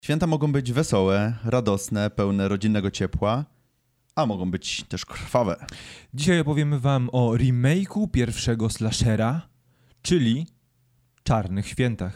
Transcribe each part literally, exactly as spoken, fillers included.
Święta mogą być wesołe, radosne, pełne rodzinnego ciepła, a mogą być też krwawe. Dzisiaj opowiemy wam o remake'u pierwszego slashera, czyli Czarnych Świętach.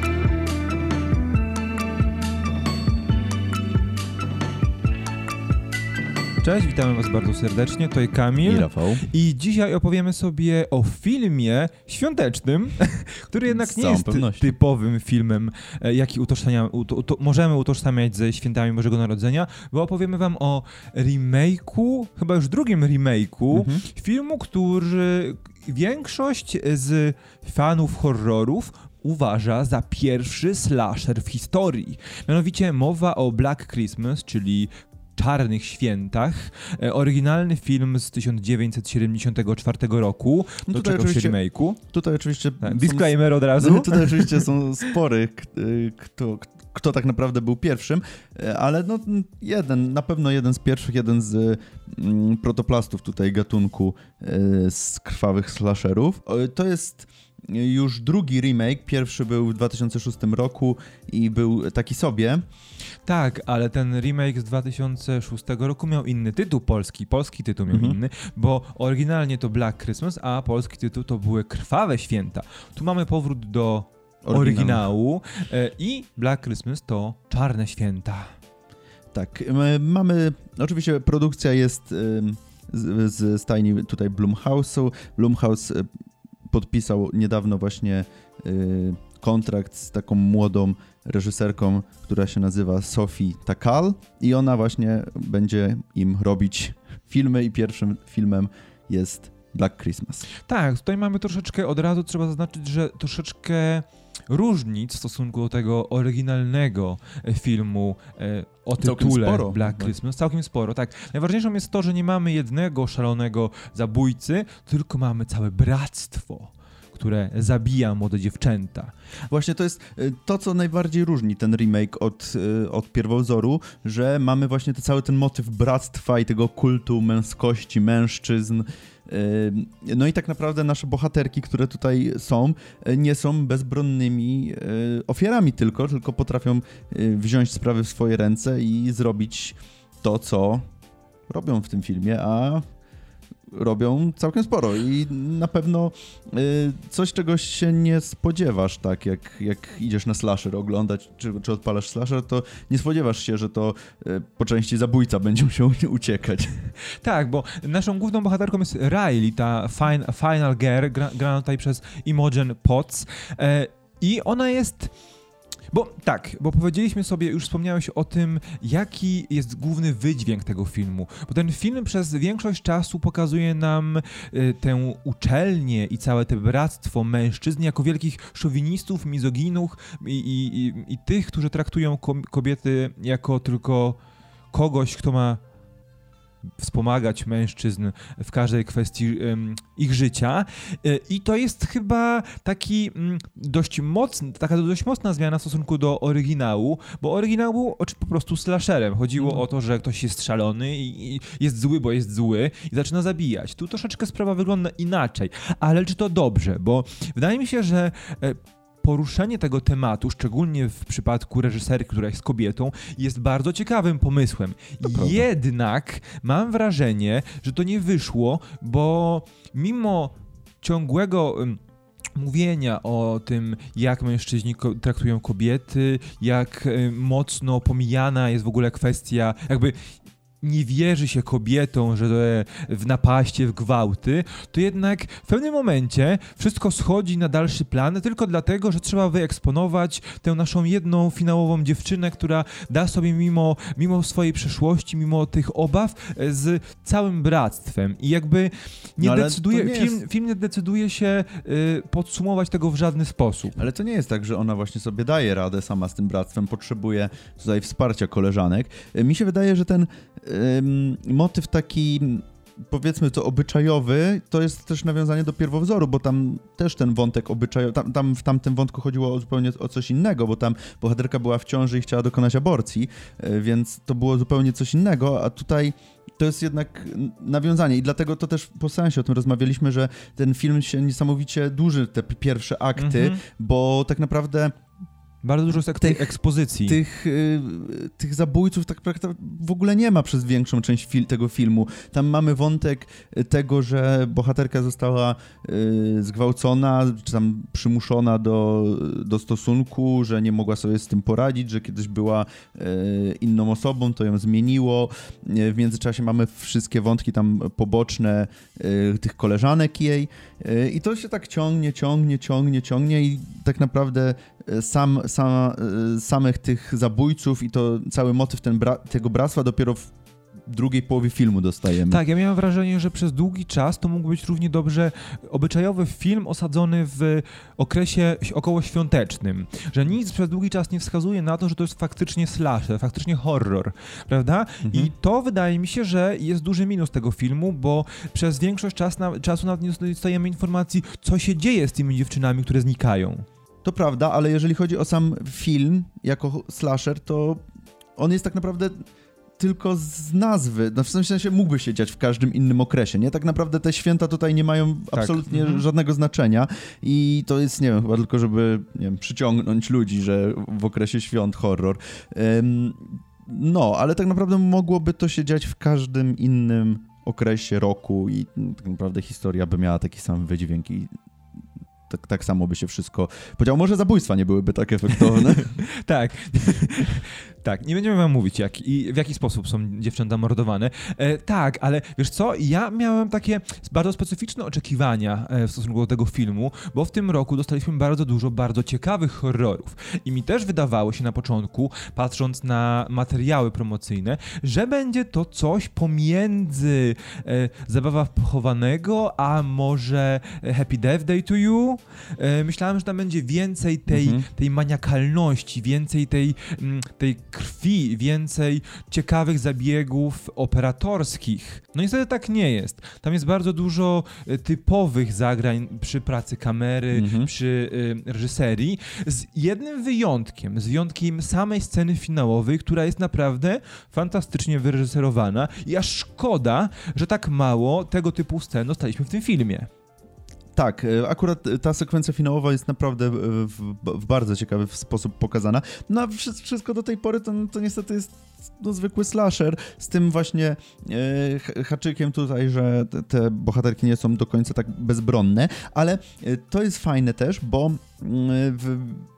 Cześć, witamy was bardzo serdecznie, to jest Kamil I Rafał. I dzisiaj opowiemy sobie o filmie świątecznym, który jednak nie jest pewnością. typowym filmem, jaki utożsamia, uto, uto, możemy utożsamiać ze świętami Bożego Narodzenia, bo opowiemy wam o remake'u, chyba już drugim remake'u, mhm. filmu, który większość z fanów horrorów uważa za pierwszy slasher w historii. Mianowicie mowa o Black Christmas, czyli Czarnych Świętach. E, oryginalny film z tysiąc dziewięćset siedemdziesiątego czwartego roku. No doczekał się remake'u. Tutaj oczywiście... Tak, disclaimer od razu. Tutaj oczywiście są spory, kto, kto tak naprawdę był pierwszym, ale no jeden, na pewno jeden z pierwszych, jeden z mm, protoplastów tutaj gatunku y, z krwawych slasherów. To jest już drugi remake, pierwszy był w dwa tysiące szóstym roku i był taki sobie. Tak, ale ten remake z dwa tysiące szóstego roku miał inny tytuł polski, polski tytuł miał mhm. inny, bo oryginalnie to Black Christmas, a polski tytuł to były Krwawe Święta. Tu mamy powrót do oryginału, oryginału e, i Black Christmas to Czarne Święta. Tak, mamy, oczywiście produkcja jest z, z stajni tutaj Blumhouse'u. Blumhouse podpisał niedawno właśnie y, kontrakt z taką młodą reżyserką, która się nazywa Sophie Takal i ona właśnie będzie im robić filmy i pierwszym filmem jest Black Christmas. Tak, tutaj mamy troszeczkę, od razu trzeba zaznaczyć, że troszeczkę różnic w stosunku do tego oryginalnego filmu e, o tytule sporo, Black tak. Christmas. Całkiem sporo, tak. Najważniejszą jest to, że nie mamy jednego szalonego zabójcy, tylko mamy całe bractwo, które zabija młode dziewczęta. Właśnie to jest to, co najbardziej różni ten remake od, od pierwowzoru, że mamy właśnie te, cały ten motyw bractwa i tego kultu męskości, mężczyzn. No i tak naprawdę nasze bohaterki, które tutaj są, nie są bezbronnymi ofiarami tylko, tylko potrafią wziąć sprawy w swoje ręce i zrobić to, co robią w tym filmie, a robią całkiem sporo i na pewno y, coś, czego się nie spodziewasz, tak jak, jak idziesz na slasher oglądać, czy, czy odpalasz slasher, to nie spodziewasz się, że to y, po części zabójca będzie musiał uciekać. Tak, bo naszą główną bohaterką jest Riley, ta fin, Final Girl, gra, grana tutaj przez Imogen Potts e, i ona jest... Bo tak, bo powiedzieliśmy sobie, już wspomniałeś o tym, jaki jest główny wydźwięk tego filmu. Bo ten film przez większość czasu pokazuje nam y, tę uczelnię i całe to bractwo mężczyzn jako wielkich szowinistów, mizoginów i, i, i, i tych, którzy traktują kobiety jako tylko kogoś, kto ma wspomagać mężczyzn w każdej kwestii um, ich życia. I to jest chyba taki um, dość mocny, taka dość mocna zmiana w stosunku do oryginału, bo oryginał był po prostu slasherem. Chodziło mm. o to, że ktoś jest szalony i, i jest zły, bo jest zły i zaczyna zabijać. Tu troszeczkę sprawa wygląda inaczej, ale czy to dobrze? Bo wydaje mi się, że e, poruszenie tego tematu, szczególnie w przypadku reżyserki, która jest kobietą, jest bardzo ciekawym pomysłem. Jednak mam wrażenie, że to nie wyszło, bo mimo ciągłego um, mówienia o tym, jak mężczyźni ko- traktują kobiety, jak um, mocno pomijana jest w ogóle kwestia, jakby nie wierzy się kobietom, że w napaście, w gwałty, to jednak w pewnym momencie wszystko schodzi na dalszy plan tylko dlatego, że trzeba wyeksponować tę naszą jedną finałową dziewczynę, która da sobie mimo, mimo swojej przeszłości, mimo tych obaw z całym bractwem. I jakby nie no, decyduje, nie film, jest... film nie decyduje się y, podsumować tego w żadny sposób. Ale to nie jest tak, że ona właśnie sobie daje radę sama z tym bractwem, potrzebuje tutaj wsparcia koleżanek. Mi się wydaje, że ten motyw taki, powiedzmy to obyczajowy, to jest też nawiązanie do pierwowzoru, bo tam też ten wątek obyczajowy, tam, tam w tamtym wątku chodziło o zupełnie o coś innego, bo tam bohaterka była w ciąży i chciała dokonać aborcji, więc to było zupełnie coś innego, a tutaj to jest jednak nawiązanie i dlatego to też po seansie o tym rozmawialiśmy, że ten film się niesamowicie dłuży, te pierwsze akty, mm-hmm. bo tak naprawdę Bardzo dużo jest tych, ekspozycji. Tych, y, tych zabójców tak w ogóle nie ma przez większą część fil- tego filmu. Tam mamy wątek tego, że bohaterka została y, zgwałcona, czy tam przymuszona do, do stosunku, że nie mogła sobie z tym poradzić, że kiedyś była y, inną osobą, to ją zmieniło. Y, w międzyczasie mamy wszystkie wątki tam poboczne y, tych koleżanek jej y, i to się tak ciągnie, ciągnie, ciągnie, ciągnie i tak naprawdę sam, sam, samych tych zabójców i to cały motyw ten bra- tego bractwa dopiero w drugiej połowie filmu dostajemy. Tak, ja miałem wrażenie, że przez długi czas to mógł być równie dobrze obyczajowy film osadzony w okresie okołoświątecznym, że nic przez długi czas nie wskazuje na to, że to jest faktycznie slasher, faktycznie horror, prawda? Mhm. I to wydaje mi się, że jest duży minus tego filmu, bo przez większość czas na, czasu nawet nie dostajemy informacji, co się dzieje z tymi dziewczynami, które znikają. To prawda, ale jeżeli chodzi o sam film jako slasher, to on jest tak naprawdę tylko z nazwy. No w sensie mógłby się dziać w każdym innym okresie, nie? Tak naprawdę te święta tutaj nie mają tak. absolutnie mhm. żadnego znaczenia i to jest, nie wiem, chyba tylko, żeby nie wiem, przyciągnąć ludzi, że w okresie świąt horror. Ym, no, ale tak naprawdę mogłoby to się dziać w każdym innym okresie roku i tak naprawdę historia by miała taki sam wydźwięk i Tak, tak samo by się wszystko podziało. Może zabójstwa nie byłyby tak efektowne. tak. Tak, nie będziemy wam mówić, jak i w jaki sposób są dziewczęta mordowane. E, tak, ale wiesz co, ja miałem takie bardzo specyficzne oczekiwania e, w stosunku do tego filmu, bo w tym roku dostaliśmy bardzo dużo bardzo ciekawych horrorów. I mi też wydawało się na początku, patrząc na materiały promocyjne, że będzie to coś pomiędzy e, Zabawa pochowanego, a może Happy Death Day to You. E, myślałem, że tam będzie więcej tej, mhm. tej maniakalności, więcej tej, m, tej krwi, więcej ciekawych zabiegów operatorskich. No niestety tak nie jest. Tam jest bardzo dużo y, typowych zagrań przy pracy kamery, mm-hmm. przy y, reżyserii, z jednym wyjątkiem, z wyjątkiem samej sceny finałowej, która jest naprawdę fantastycznie wyreżyserowana i aż szkoda, że tak mało tego typu scen dostaliśmy w tym filmie. Tak, akurat ta sekwencja finałowa jest naprawdę w, w bardzo ciekawy sposób pokazana. No a wszystko do tej pory to, to niestety jest no, zwykły slasher z tym właśnie e, haczykiem tutaj, że te, te bohaterki nie są do końca tak bezbronne, ale to jest fajne też, bo w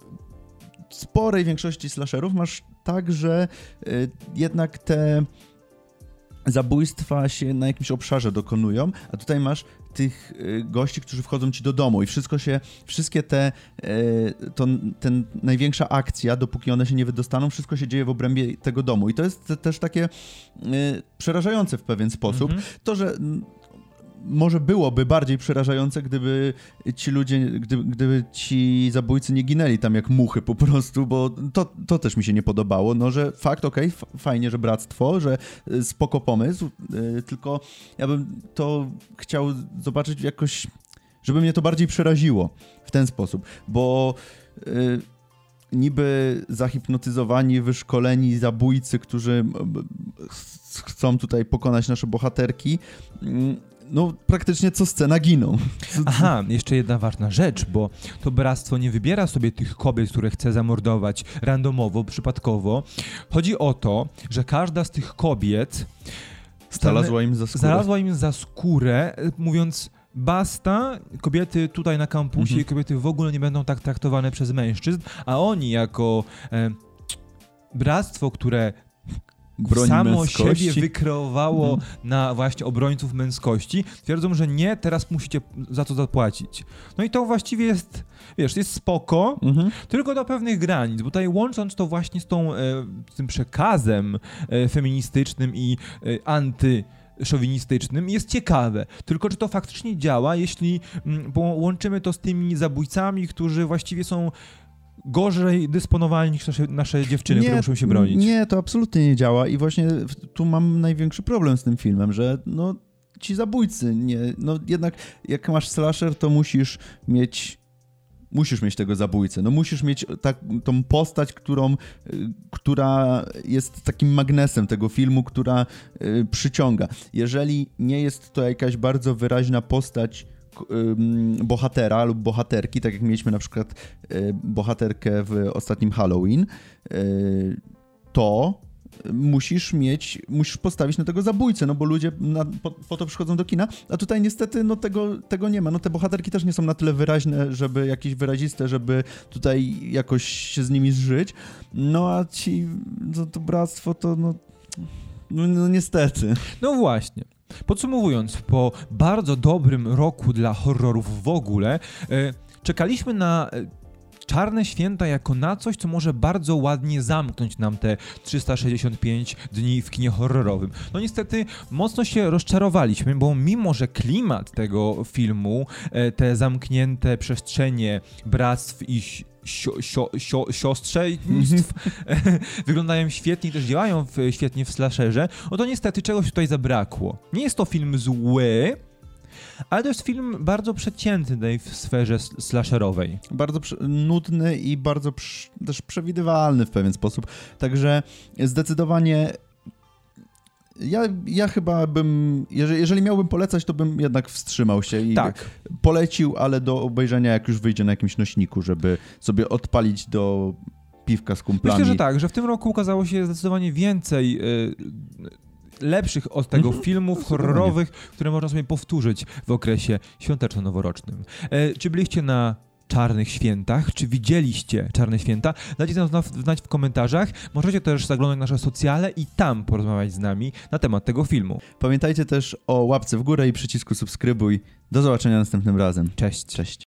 sporej większości slasherów masz tak, że e, jednak te zabójstwa się na jakimś obszarze dokonują, a tutaj masz tych gości, którzy wchodzą ci do domu i wszystko się, wszystkie te, to, ten największa akcja, dopóki one się nie wydostaną, wszystko się dzieje w obrębie tego domu i to jest też takie przerażające w pewien sposób. Mhm. To, że może byłoby bardziej przerażające, gdyby ci ludzie, gdyby, gdyby ci zabójcy nie ginęli tam jak muchy po prostu, bo to, to też mi się nie podobało, no że fakt, okej, okay, f- fajnie, że bractwo, że spoko pomysł, yy, tylko ja bym to chciał zobaczyć jakoś, żeby mnie to bardziej przeraziło w ten sposób, bo yy, niby zahipnotyzowani, wyszkoleni zabójcy, którzy chcą tutaj pokonać nasze bohaterki, yy, no praktycznie co scena giną. Aha, jeszcze jedna ważna rzecz, bo to bractwo nie wybiera sobie tych kobiet, które chce zamordować randomowo, przypadkowo. Chodzi o to, że każda z tych kobiet znalazła im za skórę, znalazła im za skórę mówiąc basta, kobiety tutaj na kampusie, mhm. kobiety w ogóle nie będą tak traktowane przez mężczyzn, a oni jako e, bractwo, które Broń samo męskości. siebie wykreowało mhm. na właśnie obrońców męskości, twierdzą, że nie, teraz musicie za to zapłacić. No i to właściwie jest, wiesz, jest spoko, mhm. tylko do pewnych granic, bo tutaj łącząc to właśnie z, tą, e, z tym przekazem e, feministycznym i e, anty szowinistycznym jest ciekawe. Tylko czy to faktycznie działa, jeśli m, łączymy to z tymi zabójcami, którzy właściwie są gorzej dysponowani niż nasze, nasze dziewczyny, nie, które muszą się bronić. Nie, to absolutnie nie działa i właśnie tu mam największy problem z tym filmem, że no ci zabójcy, nie, no jednak jak masz slasher, to musisz mieć musisz mieć tego zabójcę, no musisz mieć tak, tą postać, którą, która jest takim magnesem tego filmu, która y, przyciąga. Jeżeli nie jest to jakaś bardzo wyraźna postać ym, bohatera lub bohaterki, tak jak mieliśmy na przykład y, bohaterkę w ostatnim Halloween, y, to musisz mieć, musisz postawić na tego zabójcę, no bo ludzie na, po, po to przychodzą do kina, a tutaj niestety no tego, tego nie ma. No te bohaterki też nie są na tyle wyraźne, żeby jakieś wyraziste, żeby tutaj jakoś się z nimi zżyć. No a ci, no to bractwo to no, no, no niestety. No właśnie. Podsumowując, po bardzo dobrym roku dla horrorów w ogóle, e, czekaliśmy na e, Czarne Święta jako na coś, co może bardzo ładnie zamknąć nam te trzysta sześćdziesiąt pięć dni w kinie horrorowym. No niestety mocno się rozczarowaliśmy, bo mimo, że klimat tego filmu, e, te zamknięte przestrzenie bractw i sio, sio, sio, siostrzeństw wyglądają świetnie i też działają w, świetnie w slasherze, no to niestety czegoś tutaj zabrakło. Nie jest to film zły, ale to jest film bardzo przeciętny w sferze slasherowej. Bardzo prze- nudny i bardzo przy- też przewidywalny w pewien sposób. Także zdecydowanie ja, ja chyba bym, jeżeli, jeżeli miałbym polecać, to bym jednak wstrzymał się i tak. polecił, ale do obejrzenia jak już wyjdzie na jakimś nośniku, żeby sobie odpalić do piwka z kumplami. Myślę, że tak, że w tym roku ukazało się zdecydowanie więcej yy, lepszych od tego filmów horrorowych, które można sobie powtórzyć w okresie świąteczno-noworocznym. E, czy byliście na Czarnych Świętach? Czy widzieliście Czarne Święta? Dajcie nam znać w komentarzach. Możecie też zaglądać na nasze socjale i tam porozmawiać z nami na temat tego filmu. Pamiętajcie też o łapce w górę i przycisku subskrybuj. Do zobaczenia następnym razem. Cześć. Cześć.